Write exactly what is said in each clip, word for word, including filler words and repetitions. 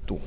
と、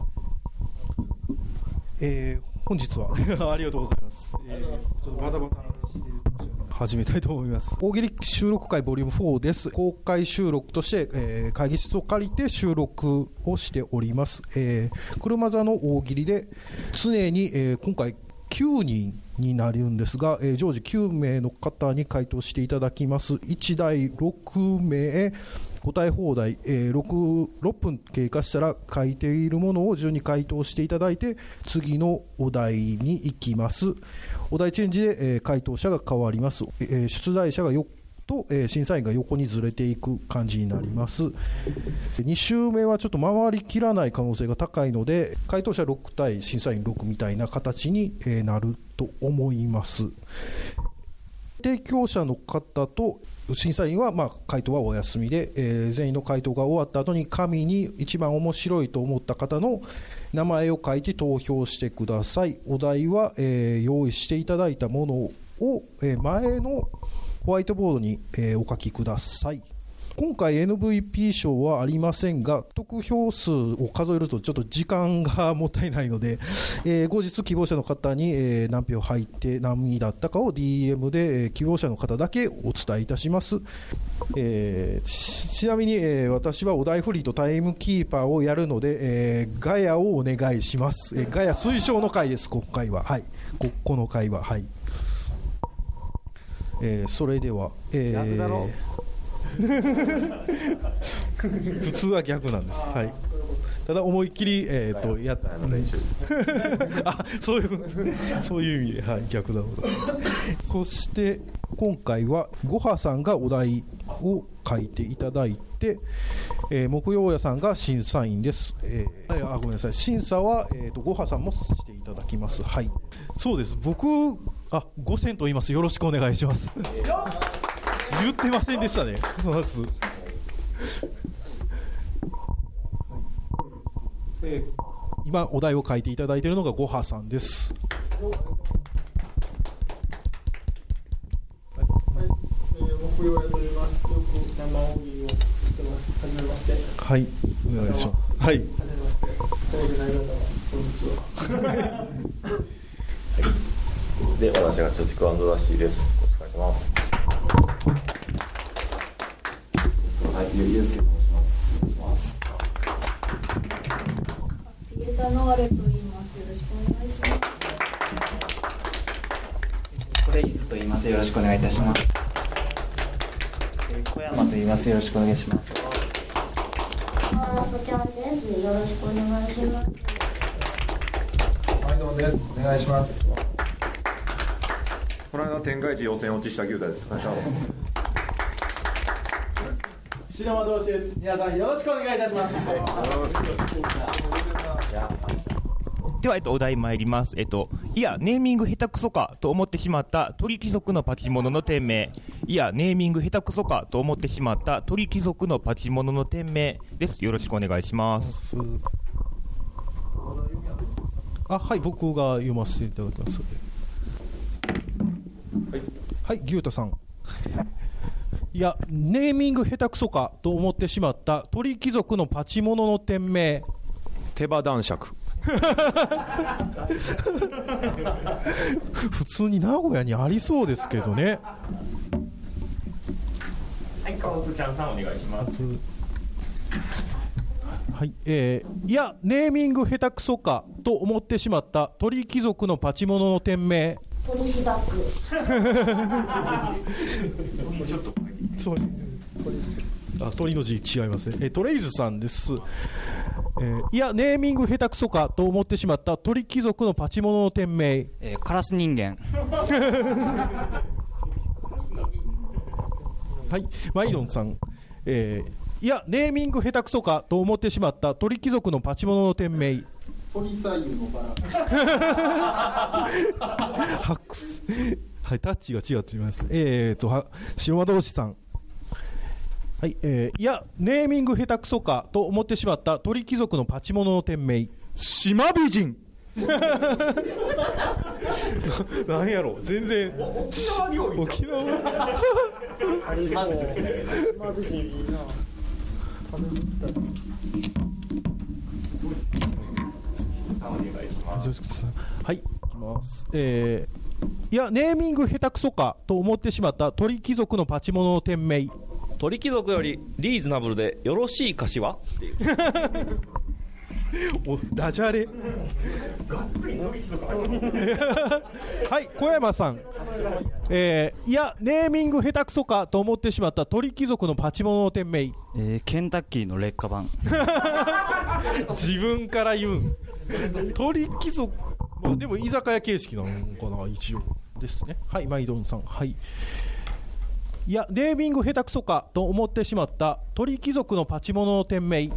えー、本日はありがとうございます。えー、ちょっとバタバタしている始めたいと思います。大喜利収録会ボリュームフォーです。公開収録として、えー、会議室を借りて収録をしております。えー、車座の大喜利で常に、えー、今回きゅうにんになるんですが、えー、常時きゅうめいの方に回答していただきます。いちだいろくめい答え放題、えー、6, ろっぷん経過したら書いているものを順に回答していただいて次のお題に行きます。お題チェンジで、えー、回答者が変わります。えー、出題者がよと、えー、審査員が横にずれていく感じになります。に週目はちょっと回りきらない可能性が高いので回答者ろく対審査員ろくみたいな形に、えー、なると思います。提供者の方と審査員は、まあ、回答はお休みで、えー、全員の回答が終わった後に紙に一番面白いと思った方の名前を書いて投票してください。お題は、えー、用意していただいたものを、えー、前のホワイトボードに、えー、お書きください。今回 エヌブイピー 賞はありませんが得票数を数えるとちょっと時間がもったいないので、えー、後日希望者の方に、えー、何票入って何位だったかを ディーエム で、えー、希望者の方だけお伝えいたします。えー、ち, ちなみに、えー、私はお題フリーとタイムキーパーをやるので、えー、ガヤをお願いします。えー、ガヤ推奨の回です。今回は、はい、こ, この回は、はい。えー、それでは、えー、逆だろ普通は逆なんです。はい。ただ思いっきり、えー、とやっあそういうそういう意味で、はい、逆だろう。そして今回はごはさんがお題を書いていただいて、えー、木曜屋さんが審査員です。えー、あごめんなさい。審査は、えー、とごはさんもしていただきます。はい。そうです。僕あごせんと言います。よろしくお願いします。言ってませんでしたね、そのやつ。えー、今お題を書いていただいているのがごはさんです。 はい、えー、木曜やと言います。よく生大喜利をしてます。はじめまして。 はい、お願いします。はい。はじめまして。そうでない方はこんにちは。はい。 で、私が貯蓄アンドラッシーです。よろしくお願いします。はい、ゆうすけと申します。お願いします。 ピエタノアレと言います。よろしくお願いします。 トレイズと言います。よろしくお願いいたします。小山と言います。よろしくお願いします。 あそちゃんです。よろしくお願いします。 はい、どうもです。お願いします。 この間天下一予選落ちした牛太です。お願いします。 白間同士です。皆さんよろしくお願いいたします。 では、えっと、お題参ります。えっと、いや、ネーミング下手くそかと思ってしまった鳥貴族のパチモノの店名。いや、ネーミング下手くそかと思ってしまった鳥貴族のパチモノの店名です。よろしくお願いします。 あ、はい、僕が読ませていただきます。はい、はい、牛太さん。いや、ネーミング下手くそかと思ってしまった鳥貴族のパチモノの店名。 手羽男爵。 普通に名古屋にありそうですけどね。 はい、カオスちゃんさんお願いします。 はい、えー、いや、ネーミング下手くそかと思ってしまった鳥貴族のパチモノの店名。 鳥ひだく。 ちょっとそうあ鳥の字違いますね。えー、トレイズさんです。えー、いや、ネーミング下手くそかと思ってしまった鳥貴族のパチモノの店名。 えー、カラス人間。 はい、マイドンさん。えー、いや、ネーミング下手くそかと思ってしまった鳥貴族のパチモノの店名。 鳥左右のバラ。 ハックス。はい、タッチが違っています。えーと、は白間同士さん。はい、えー、いや、ネーミング下手くそかと思ってしまった鳥貴族のパチモノの店名。島美人。なんやろ、全然。沖縄料理。沖縄。 島美人。島美人いいな。食べに行きたい。 願いします。 はい、いきます。えー、いや、ネーミング下手くそかと思ってしまった鳥貴族のパチモノの店名。 鳥貴族よりリーズナブルでよろしいかしはっていうおダジャレはい、小山さん、えー、いやネーミング下手くそかと思ってしまった鳥貴族のパチモノの店名、 えー、ケンタッキーの劣化版自分から言うん鳥貴族、まあ、でも居酒屋形式なのかな一応ですね。はい、マイドンさん、はい、いやネーミング下手くそかと思ってしまった鳥貴族のパチモノの店名。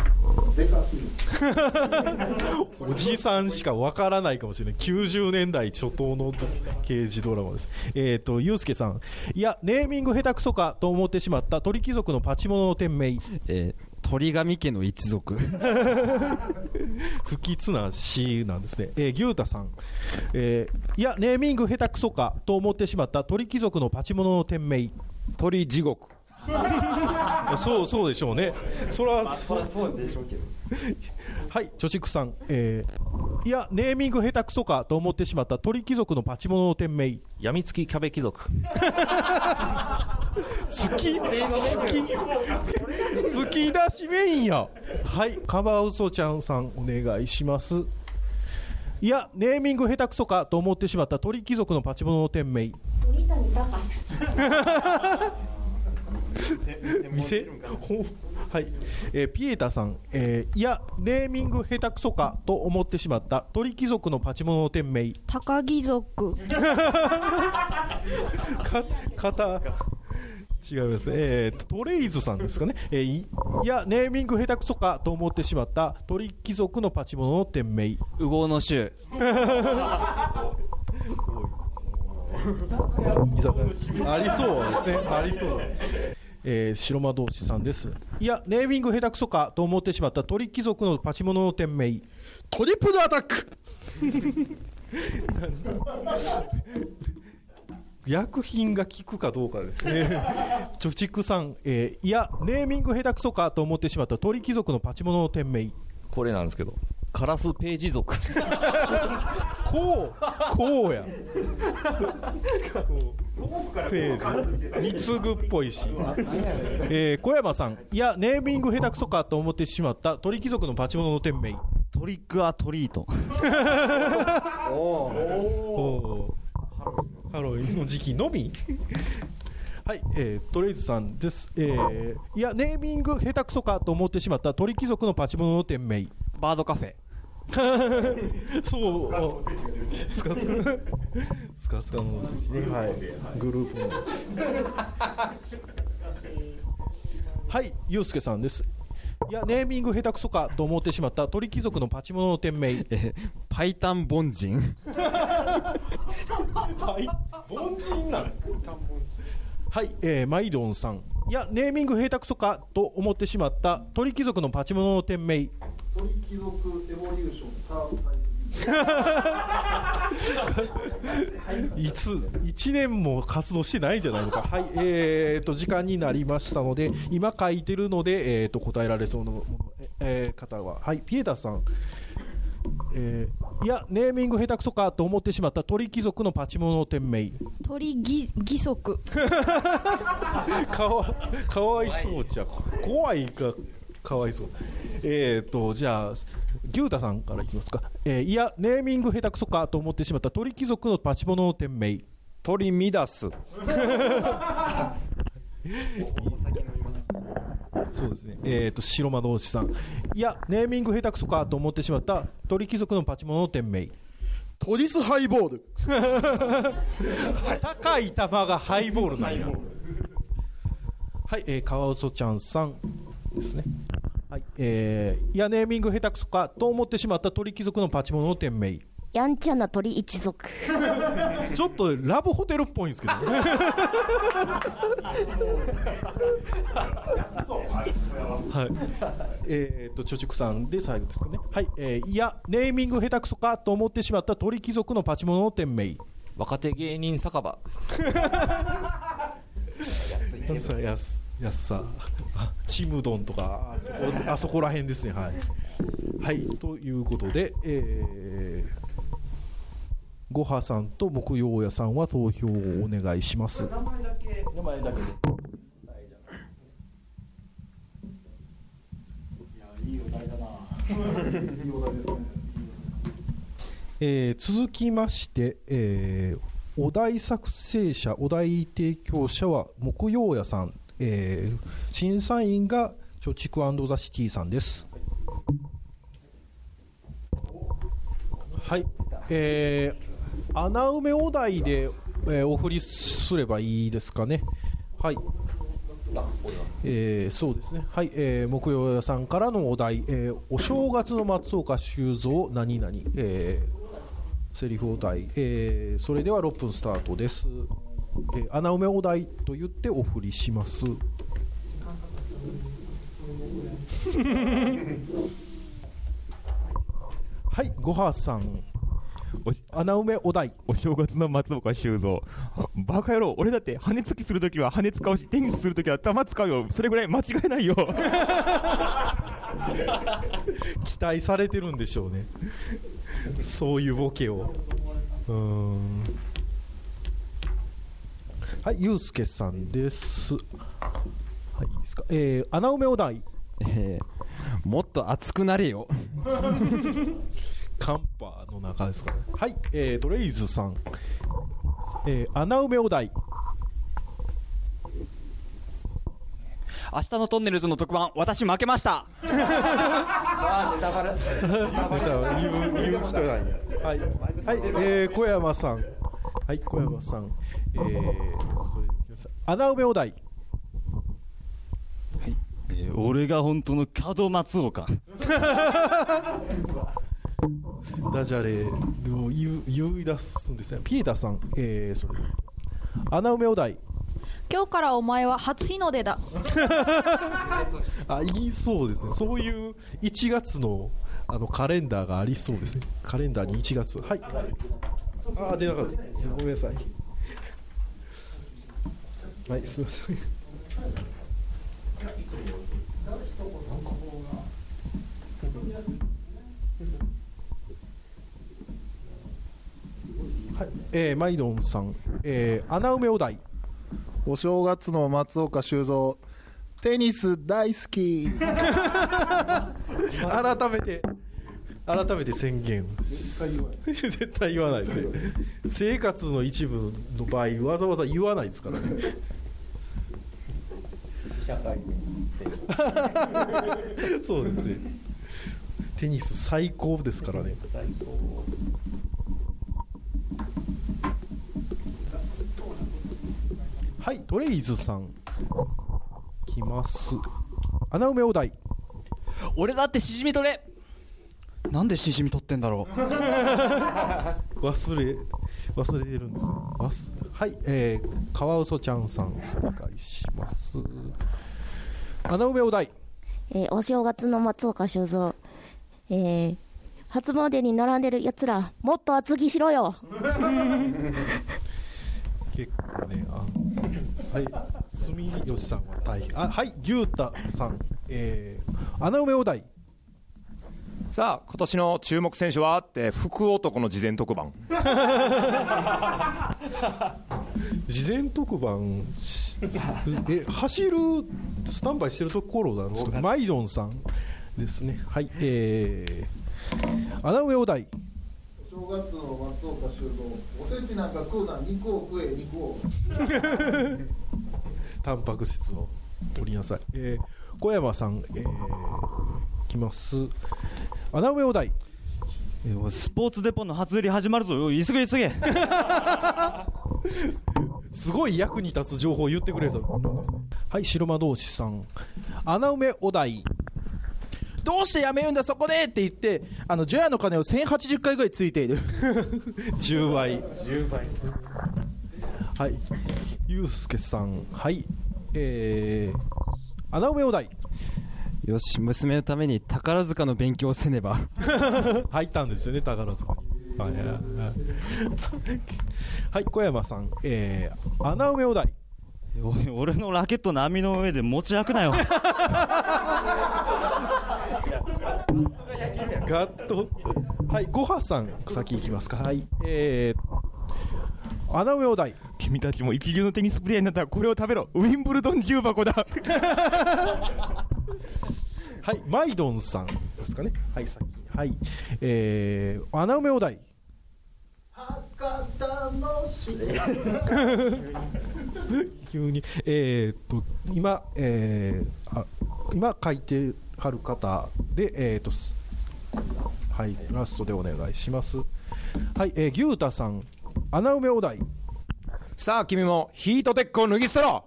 おじさんしかわからないかもしれない。きゅうじゅうねんだい初頭の刑事ドラマです。えっ、ー、とゆうすけさん、いやネーミング下手くそかと思ってしまった鳥貴族のパチモノの店名。 えー、鳥神家の一族不吉な詩なんですね。えー、牛太さん、えー、いやネーミング下手くそかと思ってしまった鳥貴族のパチモノの店名。 鳥地獄そうそうでしょうね。それは、 まあ、そりゃそうでしょうけどはい、貯蓄さん、えー、いやネーミング下手くそかと思ってしまった鳥貴族のパチモノの店名。 やみつきキャベ貴族好き好き好き出しメインや。はい、カバウソちゃんさんお願いします。いやネーミング下手くそかと思ってしまった鳥貴族のパチモノの店名。 鳥谷隆店はい、えー、ピエータさん、えー、いやネーミング下手くそかと思ってしまった鳥貴族のパチモノの店名。 高貴族か型違います、えー、トレイズさんですかね、えー、い, いやネーミング下手くそかと思ってしまった鳥貴族のパチモノの店名。 ウゴウの衆ありそうですね、ありそう、えー、白魔道士さんです。いやネーミング下手くそかと思ってしまった鳥貴族のパチモノの店名。トリプルアタック薬品が効くかどうかです、えー、チョチクさん、えー、いやネーミング下手くそかと思ってしまった鳥貴族のパチモノの店名。 これなんですけど、カラスページ族こうこうやページ貢ぐっぽいし、えー、小山さん、いやネーミング下手くそかと思ってしまった鳥貴族のパチモノの店名。 トリックアトリートおおハロウィンの時期のみはい、えー、トレイズさんです、えー、いやネーミング下手くそかと思ってしまった鳥貴族のパチモノの店名。 バードカフェそうスカスカスカスカのおせちね、はい、グループのはい、ゆうすけさんです。いやネーミング下手くそかと思ってしまった鳥貴族のパチモノの店名。 えパイタン凡人パイ凡人なの。はい、えー、マイドンさん、いやネーミング下手くそかと思ってしまった鳥貴族のパチモノの店名。 鳥貴族エボリューションターいついちねんも活動してないんじゃないのか。はい、えーと時間になりましたので今書いてるので、えー、と答えられそうな、えー、方は、はい、ピエタさん、えー、いやネーミング下手くそかと思ってしまった鳥貴族のパチモノの店名。 鳥義足かわかわいそうじゃ怖いかかわいそう。えーとじゃあ牛太さんからいきますか、えー、いやネーミング下手くそかと思ってしまった鳥貴族のパチモノの店名。 鳥ミダスそうですね、えーと白魔道士さん、いやネーミング下手くそかと思ってしまった鳥貴族のパチモノの店名。 トリスハイボール高い玉がハイボールなんや。はい、えー、カワウソちゃんさんですね。はい、えー、いやネーミング下手くそかと思ってしまった鳥貴族のパチモノの店名。 やんちゃな鳥一族ちょっとラブホテルっぽいんですけどねはい、えーと貯蓄さんで最後ですかね。はい、えー、いやネーミング下手くそかと思ってしまった鳥貴族のパチモノの店名。 若手芸人酒場安安安さチムドンとかあそこ、あそこら辺ですね。はいはいということで、えー、ごはさんと木曜屋さんは投票をお願いします。 名前だけ名前だけで。 いいお題だな。いいお題ですね。 えー、続きまして、えー、お題作成者、お題提供者は木曜屋さん、えー、審査員が貯蓄&ザシティさんです。はい、えー、穴埋めお題で、えー、お振りすればいいですかね。はい、えー、そうですね。はい、えー、木曜屋さんからのお題、えー、お正月の松岡修造何々、えーセリフお題、えー、それではろっぷんスタートです。えー、穴埋めお題と言ってお振りします。はい、ごはさん、穴埋めお題。 お正月の松岡修造、バカ野郎、俺だって羽根つきするときは羽根使うし、テニスするときは球使うよ、それぐらい間違いないよ。 期待されてるんでしょうね。そういうボケを。うーん、はい、ゆうすけさんです。はい、いいですか。えー、穴埋めお題、 えー、もっと熱くなれよ。 カンパの中ですかね。はい、えー、ドレイズさん、えー、穴埋めお題。 明日のトンネルズの特番、私負けました。 あー、ネタバレ。 言う人なんや。はい、はい、えー、小山さん、はい、小山さん、えー、それ穴埋めお題。 はい、えー、俺が本当の門松岡。 ダジャレでも言う言い出すんですね。ピエタさん、えー、それ穴埋めお題。 今日からお前は初日の出だ。 あ、言いそうですね。そういういちがつのあのカレンダーがありそうですね。カレンダーにいちがつ。はい。あ、出なかったです。ごめんなさい。はい、すみません。はい、えー、マイドンさん、えー、穴埋めお題。 お正月の松岡修造、テニス大好き。 改めて改めて宣言絶対言わないですね。生活の一部の場合わざわざ言わないですからね。 社会でそうですね。テニス最高ですからね。 最高。 はい、トレイズさんきます。穴埋めお題。 俺だってしじみ取れ。なんでしじみ取ってんだろう。 忘れ忘れてるんですね。はい、えー、カワウソちゃんさんお願いします。穴埋めお題。 えー、お正月の松岡修造、えー、初詣に並んでるやつらもっと厚着しろよ。 結構ね、あはい、住吉さんは大変。あ、はい、牛太さん、えー、穴埋めお題。 さあ今年の注目選手はって福男の事前特番。 事前特番え走るスタンバイしてるところなんですか。マイドンさんですね。はい、えー、穴埋めお題。 お正月の松岡修造、おせちなんか食うな、肉を食え、肉を。 タンパク質を取りなさい。えー、小山さん、えー、きます。穴埋めお題。 スポーツデポの初売り始まるぞ、急げ急げ。 すごい役に立つ情報を言ってくれたんですね。はい、白魔道士さん、穴埋めお題。 どうしてやめるんだそこでって言ってあの除夜の鐘をせんはちじゅっかいぐらいついている。 じゅうばい。 じゅうばい。 はい、ゆうすけさん、はい、えー、穴埋めお題。 よし、娘のために宝塚の勉強をせねば。 入ったんですよね、宝塚に。はい、はい、小山さん、えー、穴埋めお題。 俺のラケットの網の上で持ち開くなよ。 ガッと。はい、ごはさん先行きますか。はい、えー、穴埋めお題。 君たちも一流のテニスプレーヤーになったらこれを食べろ。ウィンブルドン重箱だ。 はい、マイドンさんですかね。はい、先に。はい、えー、穴埋めお題。 博多のし急に、えー、っと今、えー、あ今書いてはる方で、えー、っとはい、ラストでお願いします。はい、えー、牛太さん、穴埋めお題。 さあ君もヒートテックを脱ぎ捨てろ。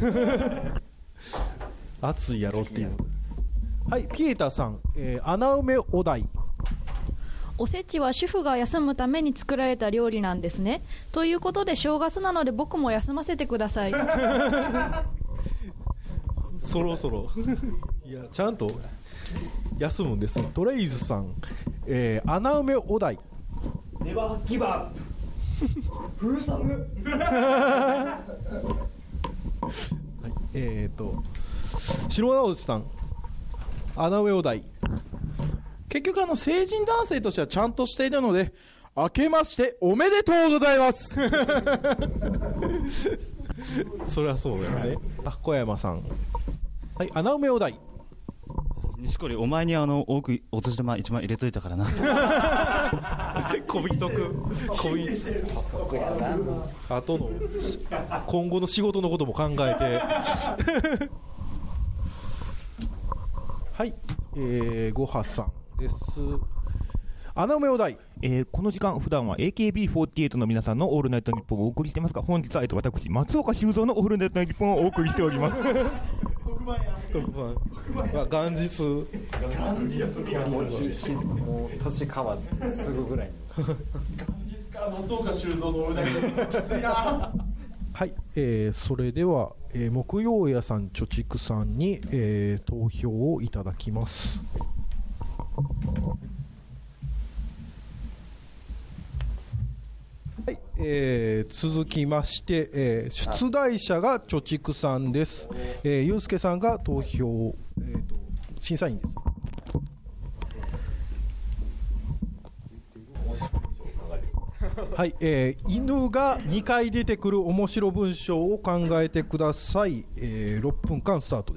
熱いやろっていう。はい、ピエタさん、えー、穴埋めお題。 おせちは主婦が休むために作られた料理なんですね。ということで正月なので僕も休ませてください。 そろそろいやちゃんと休むんです。トレイズさん、えー、穴埋めお題。 ネバーギブアップ。フルサム。 はい、えーと白直さん、穴埋めお題。 結局あの成人男性としてはちゃんとしているので、明けましておめでとうございます。 そりゃそうだよね。あ、小山さん、はい、穴埋めお題。 錦織、お前にあの多くお年玉一番入れといたからな。 こびとくこびあとの今後の仕事のことも考えて。はい、えー、ごはさんです。穴埋めお題。 えー、この時間普段は エーケービーフォーティーエイト の皆さんのオールナイトニッポンをお送りしていますが、本日は、えっと、私松岡修造のオールナイトニッポンをお送りしております。 特番や特番は元日もう年変わってすぐぐらいに元日から松岡修造の俺だけきついな。 はい、えー、それでは、えー、木曜屋さん貯蓄さんに、えー、投票をいただきます。はい、えー、続きまして、えー、出題者が貯蓄さんです。えー、ゆうすけさんが投票、えーと、審査員です。はい、えー、犬がにかい出てくる面白文章を考えてください。えー、ろっぷんかんスタートです。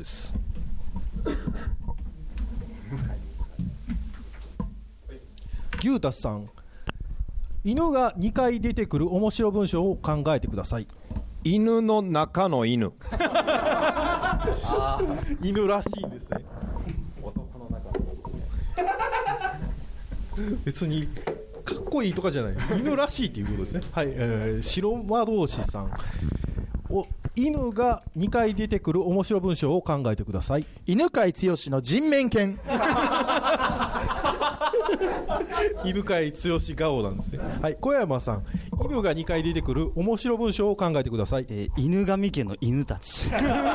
牛太さん、犬がにかい出てくる面白文章を考えてください。 犬の中の犬。 犬らしいですね。 男の中の別にかっこいいとかじゃない、犬らしいということですね。はい、えー、白魔道士さん、お犬がにかい出てくる面白文章を考えてください。 犬飼剛の人面犬。 犬飼剛顔なんですね。はい、小山さん、犬がにかい出てくる面白文章を考えてください。 えー、犬神家の犬たち。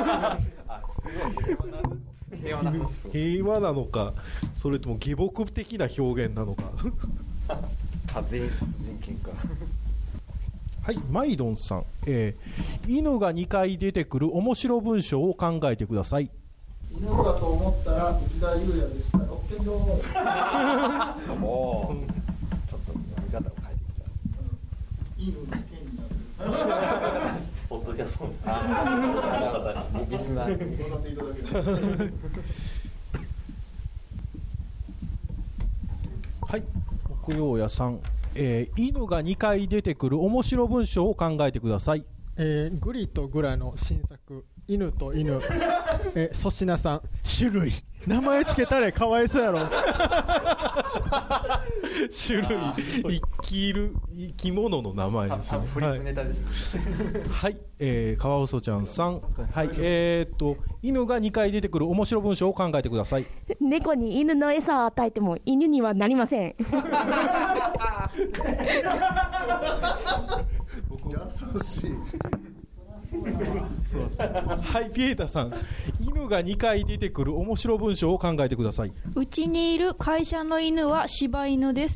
平和な平和なのか、それとも下僕的な表現なのか。 全員殺人喧嘩。 はい、マイドンさん、えー、犬がにかい出てくる面白文章を考えてください。 犬かと思ったら内田裕也でした。ロッケンロール。 もうちょっと読み方を変えてきた。 犬が剣になる。 ポッドキャスト。ああ、リスナーに学んでいただけた。 はい、木曜屋さん、えー、犬がにかい出てくる面白文章を考えてください。 えー、グリとグラの新作犬と犬。えー、粗品さん、種類名前つけたらかわいそうやろ。 種類、生きる生き物の名前ですね。 フリップネタですね。 はい、えー、川尾ちゃんさん、はい、えー、っと犬がにかい出てくる面白文章を考えてください。 猫に犬の餌を与えても犬にはなりません。 優しい。 そうそうはい、ピエタさん、犬がにかい出てくる面白文章を考えてください。 うちにいる会社の犬は柴犬です。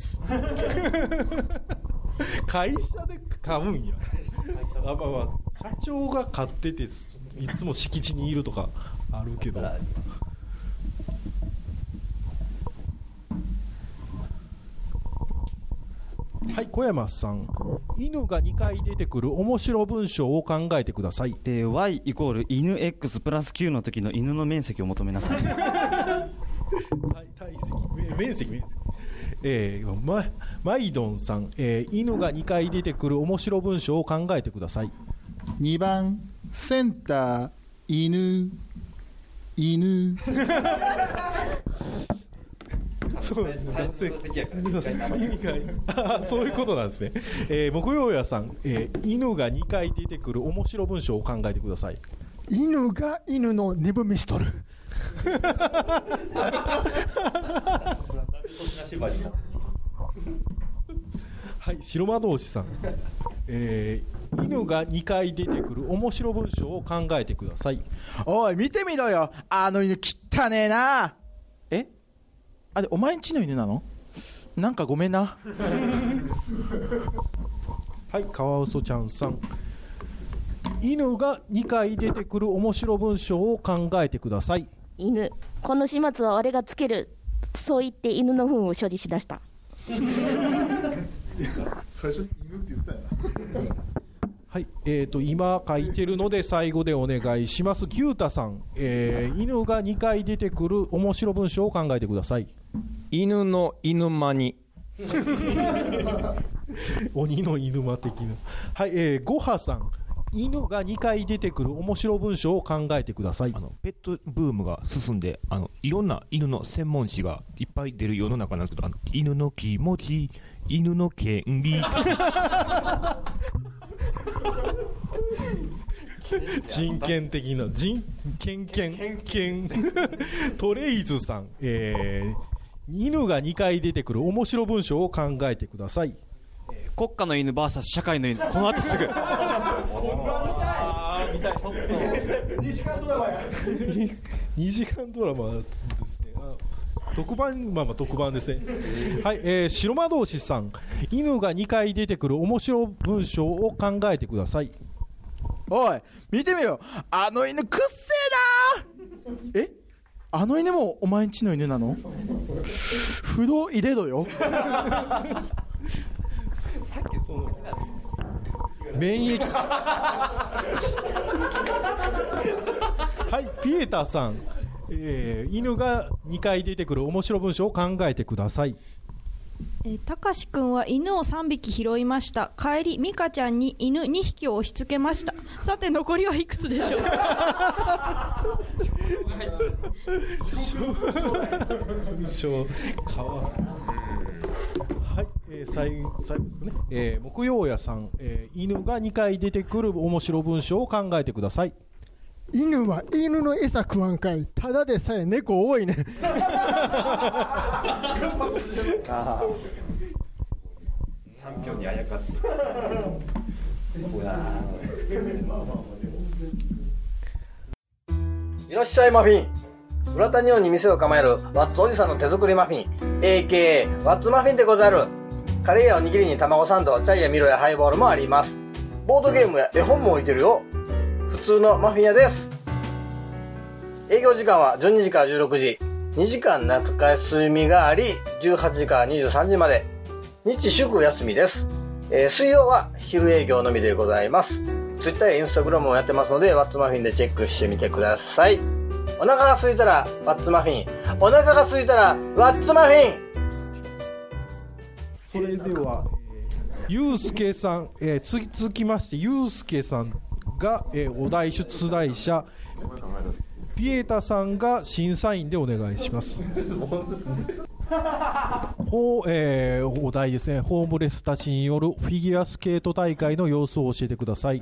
会社で飼うんや。あ、まあまあ、社長が飼ってていつも敷地にいるとかあるけど。 はい、小山さん、犬がにかい出てくる面白文章を考えてください。 えー、Y イコール犬 X プラスきゅうの時の犬の面積を求めなさい。 体積、面積、面積。えー、ま、マイドンさん、えー、犬がにかい出てくる面白文章を考えてください。 にばんセンター犬犬そうですね。そういうことなんですね。えー、木曜屋さん、えー、犬がにかい出てくる面白文章を考えてください。 犬が犬の寝踏みしとる。 はい、白魔道士さん、えー、犬がにかい出てくる面白文章を考えてください。 おい見てみろよ、あの犬汚ねえな。えあれお前んちの犬なの？なんかごめんな。 はい、カワウソちゃんさん、犬がにかい出てくる面白文章を考えてください。 犬、この始末は俺がつける。そう言って犬の糞を処理しだした。 最初に犬って言ったよな。 はい、えーと今書いてるので最後でお願いします。牛太さん、えー、犬がにかい出てくる面白文章を考えてください。 犬の犬間に鬼の犬間的な。はい、えー、ごはさん、犬がにかい出てくる面白文章を考えてください。 あのペットブームが進んで、あのいろんな犬の専門誌がいっぱい出る世の中なんですけど、あの犬の気持ち、犬の権利人権的な人権権権トレイズさん、えー、犬がにかい出てくる面白文章を考えてください。 国家の犬 ブイエス 社会の犬、この後すぐ。 にじかんドラマや。にじかんドラマですね。特番、まあまあ特番ですね。はい、えー、白魔道士さん、犬がにかい出てくる面白文章を考えてください。 おい見てみろ、あの犬くっせえな。えあの犬もお前んちの犬なの？不動入れろよ。 さっきその免疫はい、ピエタさん、えー、犬がにかい出てくる面白文章を考えてください。 えー、たかしくんは犬をさんびき拾いました。帰りミカちゃんに犬にひきを押し付けました。さて残りはいくつでしょう？ はい、えー、最後最後ですね、えー、木曜屋さん、えー、犬がにかい出てくる面白文章を考えてください。 犬は犬の餌食わんかい。ただでさえ猫多いね。 三票にあやかって。 いらっしゃいマフィン。浦田日本に店を構えるワッツおじさんの手作りマフィン エーケーエー ワッツマフィンでござる。カレーやおにぎりに卵サンド、チャイやミロやハイボールもあります。ボードゲームや絵本も置いてるよ。普通のマフィン屋です。営業時間はじゅうにじからじゅうろくじ、にじかん夏休みがありじゅうはちじからにじゅうさんじまで、日祝休みです。えー、水曜は昼営業のみでございます。ツイッターやインスタグラムもやってますので、ワッツマフィンでチェックしてみてください。お腹が空いたらワッツマフィン、お腹が空いたらワッツマフィン。 それでは、えー、ゆうすけさん、えー、続きましてゆうすけさんが、えー、お題出題者、ピエタさんが審査員でお願いします。ほう、えー、お題ですね。ホームレスたちによるフィギュアスケート大会の様子を教えてください。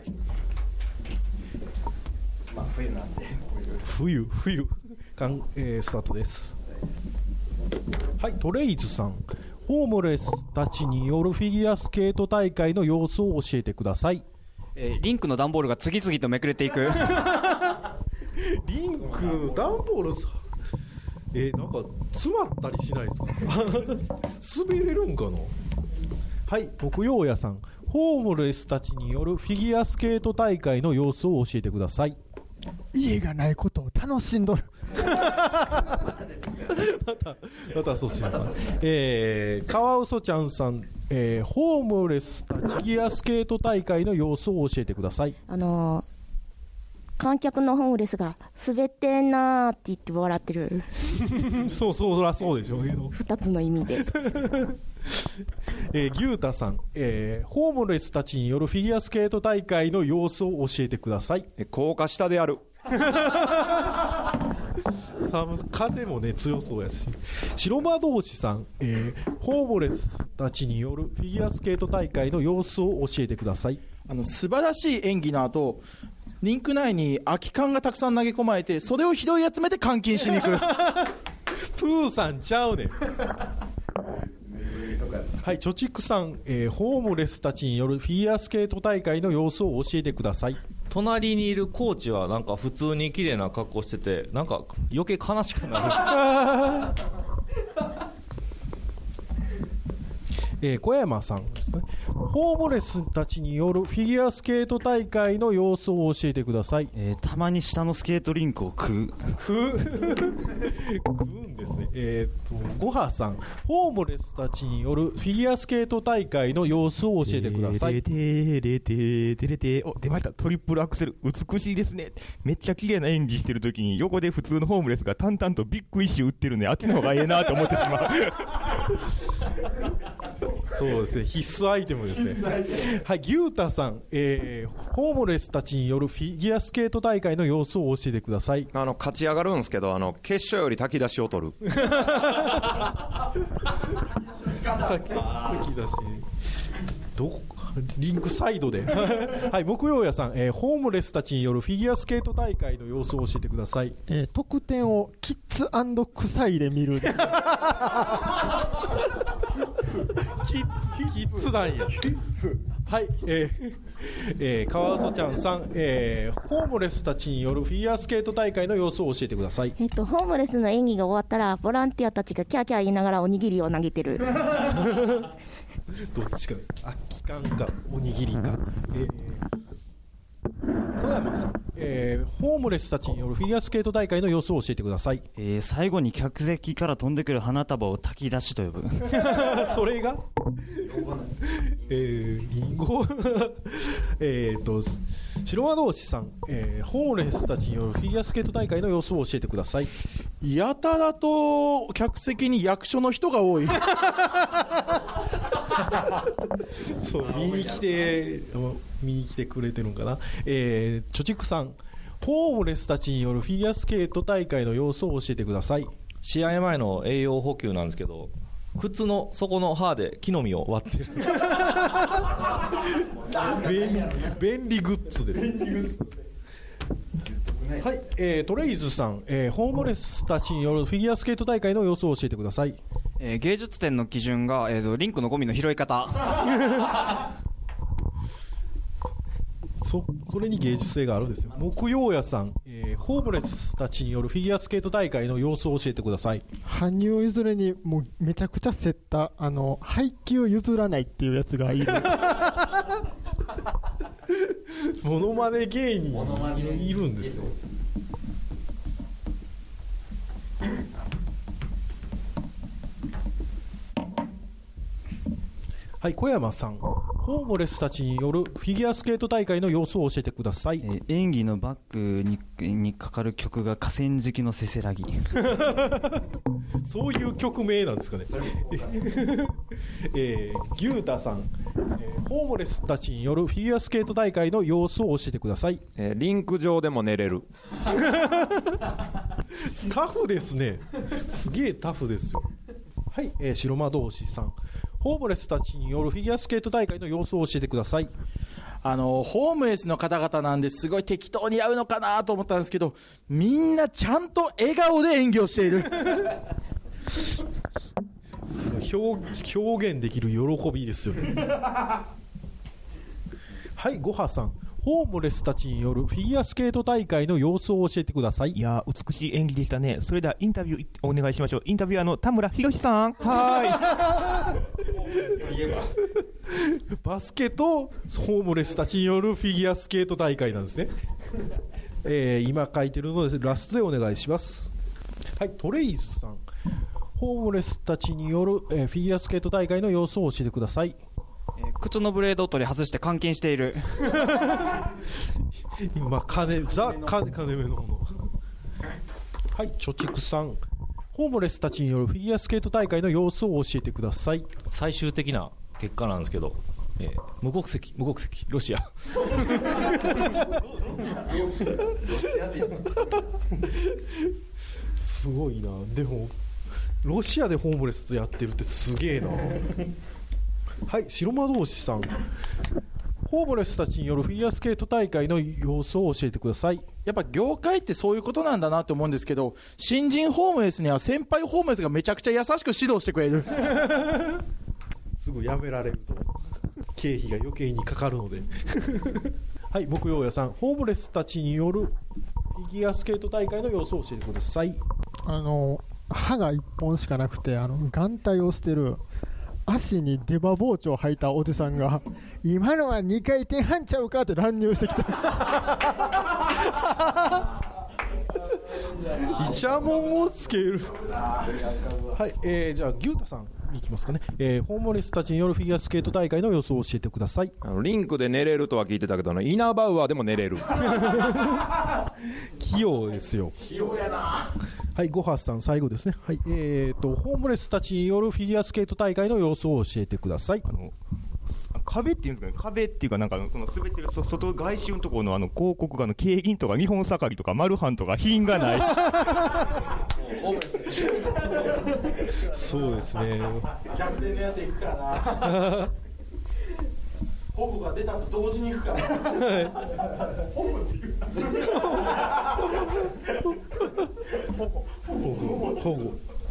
まあ冬なんで冬冬かん、えー、スタートです。はい、トレイズさん、ホームレスたちによるフィギュアスケート大会の様子を教えてください。 えー、リンクの段ボールが次々とめくれていく。 リンクの段ボールさ、えー、なんか詰まったりしないですか？滑れるんかな。はい、木曜屋さん、ホームレスたちによるフィギュアスケート大会の様子を教えてください。 家がないことを楽しんどる。 またまた粗品さん、えー、カワウソちゃんさん、えー、ホームレスたちフィギュアスケート大会の様子を教えてください。 あのー観客のホームレスが滑ってんなーって言って笑ってるそうそうそりゃそうでしょうけどふたつの意味でえー、牛太さん、えー、ホームレスたちによるフィギュアスケート大会の様子を教えてください。 え高架下である寒風もね強そうやし。白魔道士さん、えー、ホームレスたちによるフィギュアスケート大会の様子を教えてください。 あの素晴らしい演技の後リンク内に空き缶がたくさん投げ込まれてそれを拾い集めて監禁しに行くプーさんちゃうねんはい、チョチックさん、えー、ホームレスたちによるフィギュアスケート大会の様子を教えてください。 隣にいるコーチはなんか普通に綺麗な格好しててなんか余計悲しくなるえー、小山さんですね。ホームレスたちによるフィギュアスケート大会の様子を教えてください。 えー、たまに下のスケートリンクを食う食う食うんですね。えー、とごはさん、ホームレスたちによるフィギュアスケート大会の様子を教えてください。 テレテレテレテお出ました、トリプルアクセル美しいですね。めっちゃ綺麗な演技してる時に横で普通のホームレスが淡々とビッグイッシュ打ってるね。あっちの方がええなと思ってしまうそうですね、必須アイテムですね。はい、牛太さん、えー、ホームレスたちによるフィギュアスケート大会の様子を教えてください。 あの勝ち上がるんですけど、あの決勝より炊き出しを取る炊き出しどこリンクサイドではい、木曜屋さん、えー、ホームレスたちによるフィギュアスケート大会の様子を教えてください。 えー、得点をキッズ&臭いで見るキッズキッズなんや。はい、えーえー、カワウソちゃんさん、えー、ホームレスたちによるフィギュアスケート大会の様子を教えてください。 えっと、ホームレスの演技が終わったらボランティアたちがキャーキャー言いながらおにぎりを投げてるどっちか、空き缶かおにぎりか、えー、小山さん、えー、ホームレスたちによるフィギュアスケート大会の様子を教えてください。 えー、最後に客席から飛んでくる花束を炊き出しと呼ぶそれがえー、リンゴえーと白魔道士さん、えー、ホームレスたちによるフィギュアスケート大会の様子を教えてください。 やたらと客席に役所の人が多いそう見に来て見に来てくれてるのかな。えー、チョチクさん、ホームレスたちによるフィギュアスケート大会の様子を教えてください。 試合前の栄養補給なんですけど、靴の底の刃で木の実を割ってる便利、便利グッズです。はい、えー、トレイズさん、えー、ホームレスたちによるフィギュアスケート大会の様子を教えてください。 えー、芸術点の基準が、えーと、リンクのゴミの拾い方そ, それに芸術性があるんですよ。木曜屋さん、えー、ホームレスたちによるフィギュアスケート大会の様子を教えてください。 羽生結弦にもうめちゃくちゃ競ったあの配球譲らないっていうやつがいるモノマネ芸人いるんですよ。はい、小山さん、ホームレスたちによるフィギュアスケート大会の様子を教えてください。 えー、演技のバック に, にかかる曲が河川敷のせせらぎそういう曲名なんですかねえー、牛太さん、えー、ホームレスたちによるフィギュアスケート大会の様子を教えてください。 えー、リンク上でも寝れるタフですね、すげえタフですよ。はい、えー、白魔道士さん、ホームレスたちによるフィギュアスケート大会の様子を教えてください。 あのホームレスの方々なんですごい適当にやるのかなと思ったんですけど、みんなちゃんと笑顔で演技をしているすごい 表, 表現できる喜びですよねはい、ごはさん、ホームレスたちによるフィギュアスケート大会の様子を教えてください。 いや美しい演技でしたね。それではインタビューお願いしましょう。インタビュアーの田村博さん。はーいバスケとホームレスたちによるフィギュアスケート大会なんですね、えー、今書いてるのでラストでお願いします。 はい、トレイズさん、ホームレスたちによる、えー、フィギュアスケート大会の様子を教えてください。 えー、靴のブレードを取り外して監禁している。 今金ザ金金目のもの。はい、貯蓄さん、ホームレスたちによるフィギュアスケート大会の様子を教えてください。 最終的な結果なんですけど、えー、無国籍無国籍ロシアすごいな。でもロシアでホームレスやってるってすげえな。はい、白魔道士さん、ホームレスたちによるフィギュアスケート大会の様子を教えてください。 やっぱ業界ってそういうことなんだなと思うんですけど、新人ホームレスには先輩ホームレスがめちゃくちゃ優しく指導してくれるすぐやめられると経費が余計にかかるのではい、木曜屋さん、ホームレスたちによるフィギュアスケート大会の様子を教えてください。 あの歯がいっぽんしかなくて、あの眼帯をしてる足に出刃包丁を履いたおじさんが、今のはにかい転半ちゃうかって乱入してきたイチャモンをつけるはい、えー、じゃあ牛太さんいきますかね、えー、ホームレスたちによるフィギュアスケート大会の様子を教えてください。 あのリンクで寝れるとは聞いてたけど、イナバウアーでも寝れる器用ですよ。 器用やな。 はい、ゴハスさん最後ですね。はい、えーとホームレスたちによるフィギュアスケート大会の様子を教えてください。 あの壁っていうんですかね、壁っていうか、なんかこの滑ってる外外周のところのあの広告が、あの競輪とか日本盛りとかマルハンとか品がないそうですね、 逆転のやついくからなホブが出たと同時に行くからホブって言う保護。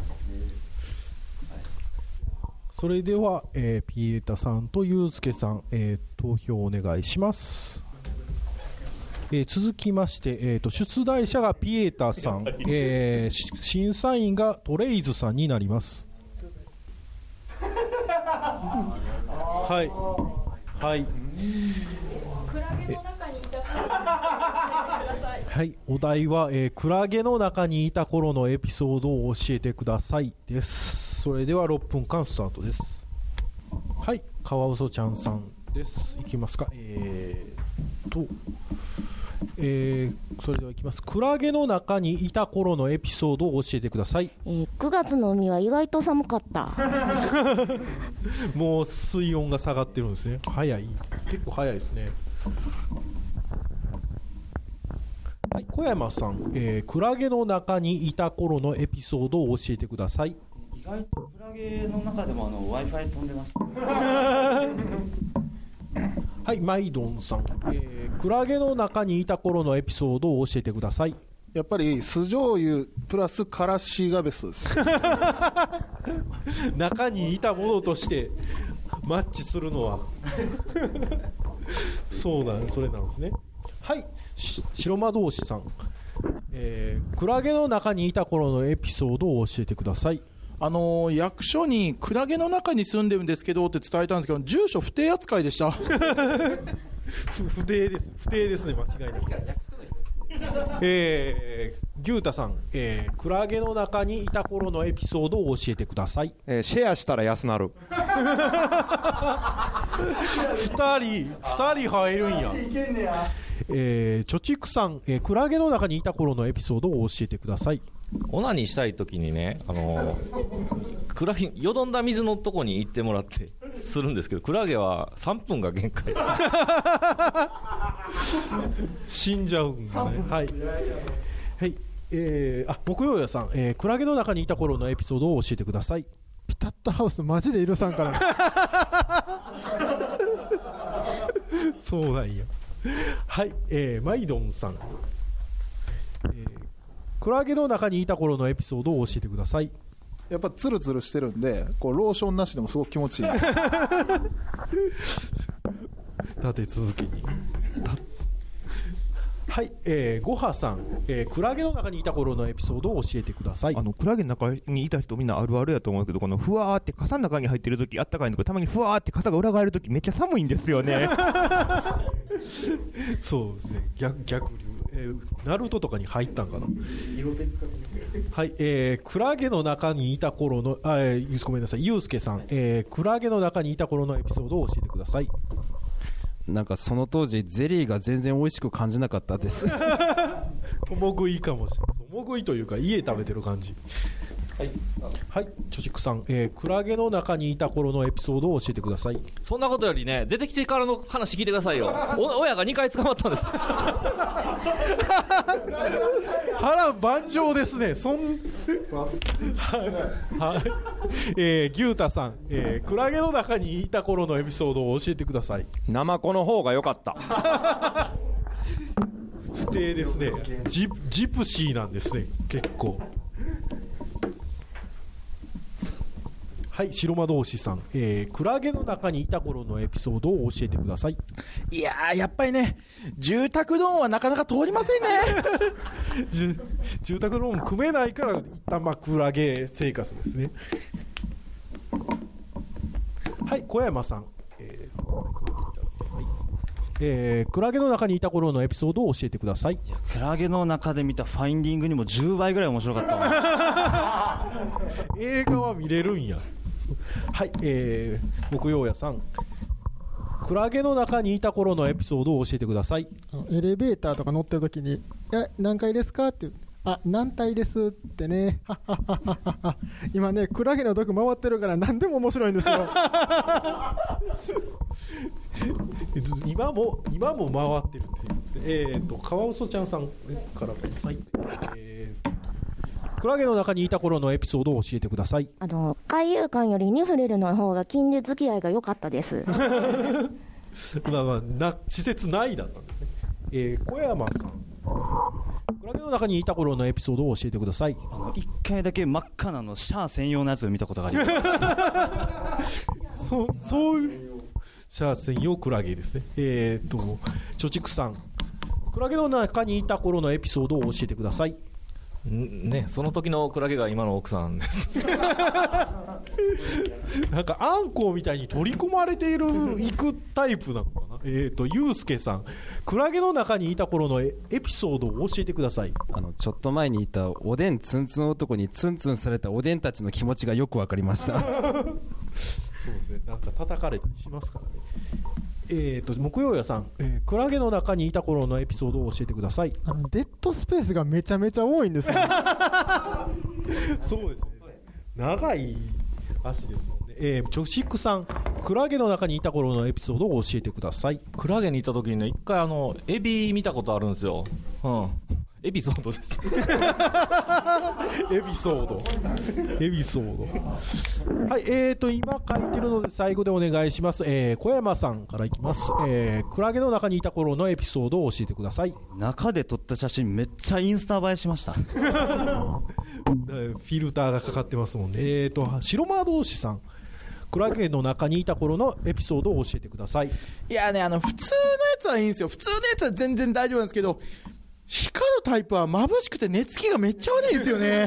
それでは、えー、ピエタさんとユウスケさん、えー、投票お願いします。えー、続きまして、えー、と出題者がピエタさん、えー、審査員がトレイズさんになります。はいはいはい、お題は、えー、クラゲの中にいた頃のエピソードを教えてくださいです。それではろっぷんかんスタートです。はい、カワウソちゃんさんです。いきますか。えーと、えー、それではいきます。クラゲの中にいた頃のエピソードを教えてください。 えー、くがつの海は意外と寒かったもう水温が下がってるんですね。早い、結構早いですね。はい、小山さん、えー、クラゲの中にいた頃のエピソードを教えてください。 意外とクラゲの中でもあの Wi-Fi 飛んでますはい、マイドンさん、えー、クラゲの中にいた頃のエピソードを教えてください。 やっぱり酢醤油プラスからしがベストです中にいたものとしてマッチするのはそうなん、それなんですね。はい、白魔道士さん、えー、クラゲの中にいた頃のエピソードを教えてください。 あのー、役所にクラゲの中に住んでるんですけどって伝えたんですけど、住所不定扱いでした不定です、不定ですね、間違いなくえー、牛太さん、えー、クラゲの中にいた頃のエピソードを教えてください。 えー、シェアしたら安なるふたりふたり入るんや。えー、貯蓄さん、えー、クラゲの中にいた頃のエピソードを教えてください。 オナニーしたいときにね、あのー、クラゲよどんだ水のとこに行ってもらってするんですけど、クラゲはさんぷんが限界死んじゃうんだね。はい、はい、えー、あ、木曜屋さん、えー、クラゲの中にいた頃のエピソードを教えてください。 ピタッとハウスマジで許さんからそうなんや。はい、えー、マイドンさん、えー、クラゲの中にいた頃のエピソードを教えてください。 やっぱツルツルしてるんで、こうローションなしでもすごく気持ちいい立て続けにはい、えー、ゴハさん、えー、クラゲの中にいた頃のエピソードを教えてください。 あのクラゲの中にいた人みんなあるあるやと思うけど、このふわーって傘の中に入ってるときあったかいのが、たまにふわーって傘が裏返るときめっちゃ寒いんですよねそうですね、逆逆流、 えー、ナルトとかに入ったんかな。はい、えー、クラゲの中にいた頃の、あ、えー、ごめんなさい、ゆうすけさん、えー、クラゲの中にいた頃のエピソードを教えてください。 なんかその当時ゼリーが全然美味しく感じなかったです。 共食いかもしれない。共食いというか家食べてる感じ。はい、はい、チョチクさん、えー、クラゲの中にいた頃のエピソードを教えてください。 そんなことよりね、出てきてからの話聞いてくださいよ。お親がにかい捕まったんです。 波乱万丈ですね。そんはい、えー、牛太さん、えー、クラゲの中にいた頃のエピソードを教えてください。 ナマコの方が良かった。 不定ですね。ジ、ジプシーなんですね、結構。はい、白魔道士さん、えー、クラゲの中にいた頃のエピソードを教えてください。 いやー、やっぱりね、住宅ローンはなかなか通りませんね。 住宅ローン組めないから一旦まあクラゲ生活ですね。はい、小山さん、えーはいえー、クラゲの中にいた頃のエピソードを教えてください。 クラゲの中で見たファインディングにもじゅうばいぐらい面白かったわ。 映画は見れるんや。はい、えー、木曜屋さん、クラゲの中にいた頃のエピソードを教えてください。 エレベーターとか乗ってるときに、え、何階ですかって言う、あ、何体ですってね。今ね、クラゲの毒回ってるから何でも面白いんですよ。 今も今も回ってるっていうんですね。えーと川嘘ちゃんさんから、はい、えー、クラゲの中にいた頃のエピソードを教えてください。 あの海遊館よりニフレルの方が近所付き合いが良かったです。 まあまあな施設内だったんですね。えー、小山さん、クラゲの中にいた頃のエピソードを教えてください。 いっかいだけ真っ赤なのシャア専用のやつを見たことがあります。 そうそういうシャア専用クラゲですね。えーと貯蓄さん、クラゲの中にいた頃のエピソードを教えてください。 んね、その時のクラゲが今の奥さんです。 なんかあんこうみたいに取り込まれているいくタイプなのかな。えーとゆうすけさん、クラゲの中にいた頃のエピソードを教えてください。 あのちょっと前にいたおでんツンツン男にツンツンされたおでんたちの気持ちがよく分かりました。 そうですね、なんか叩かれたりしますからね。えーと木曜屋さん、えー、クラゲの中にいた頃のエピソードを教えてください。 あのデッドスペースがめちゃめちゃ多いんですよ。 そうですね、長い足ですもんね。えー、チョシックさん、クラゲの中にいた頃のエピソードを教えてください。 クラゲにいた時にね、一回あのエビ見たことあるんですよ。うん、エピソードです。 エピソードエピソードはい、えーと今書いてるので最後でお願いします。えー、小山さんからいきます。えー、クラゲの中にいた頃のエピソードを教えてください。 中で撮った写真めっちゃインスタ映えしました。 フィルターがかかってますもんね。えーと白魔道士さん、クラゲの中にいた頃のエピソードを教えてください。 いやね、あの普通のやつはいいんですよ。普通のやつは全然大丈夫なんですけど、光るタイプは眩しくて寝つきがめっちゃ悪いんですよね。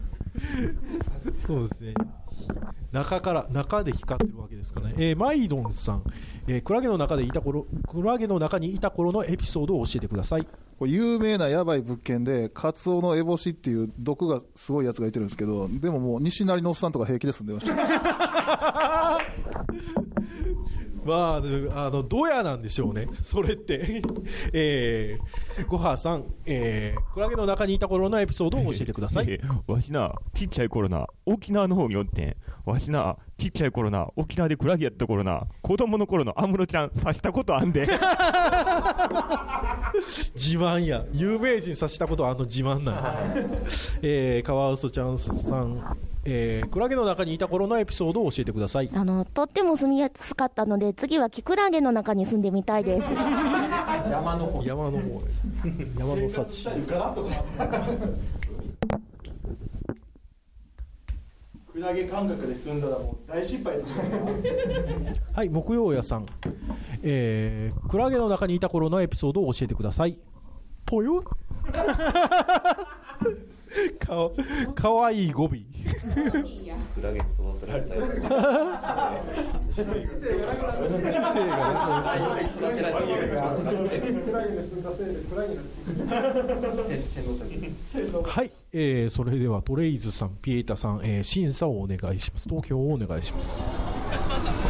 そうですね、中から中で光ってるわけですかね。えー、マイドンさん、えー、クラゲの中でいた頃クラゲの中にいた頃のエピソードを教えてください。 これ有名なやばい物件でカツオノエボシっていう毒がすごいやつがいてるんですけど、でももう西成のおっさんとか平気で住んでました。 まあ、あのドヤなんでしょうね、それって。えー、ごはさん、えー、クラゲの中にいた頃のエピソードを教えてください。 えー、わしな、ちっちゃい頃な、沖縄の方におってん。わしな、ちっちゃい頃な、沖縄でクラゲやった頃な、子供の頃の安室ちゃん刺したことあんで。 自慢や、有名人刺したことあんの自慢なの。えー、カワウソちゃんさん、えー、クラゲの中にいた頃のエピソードを教えてください。 あのとっても住みやすかったので、次はキクラゲの中に住んでみたいです。 山の方、山の方です。山の幸。 クラゲ感覚で住んだらもう大失敗する。 はい、木曜屋さん、えー、クラゲの中にいた頃のエピソードを教えてください。 ぽよかわ、かわいい語尾。 クラゲに育てられたやつ。 知性がはい、えー、それではトレイズさん、ピエタさん、えー、審査をお願いします。投票をお願いします。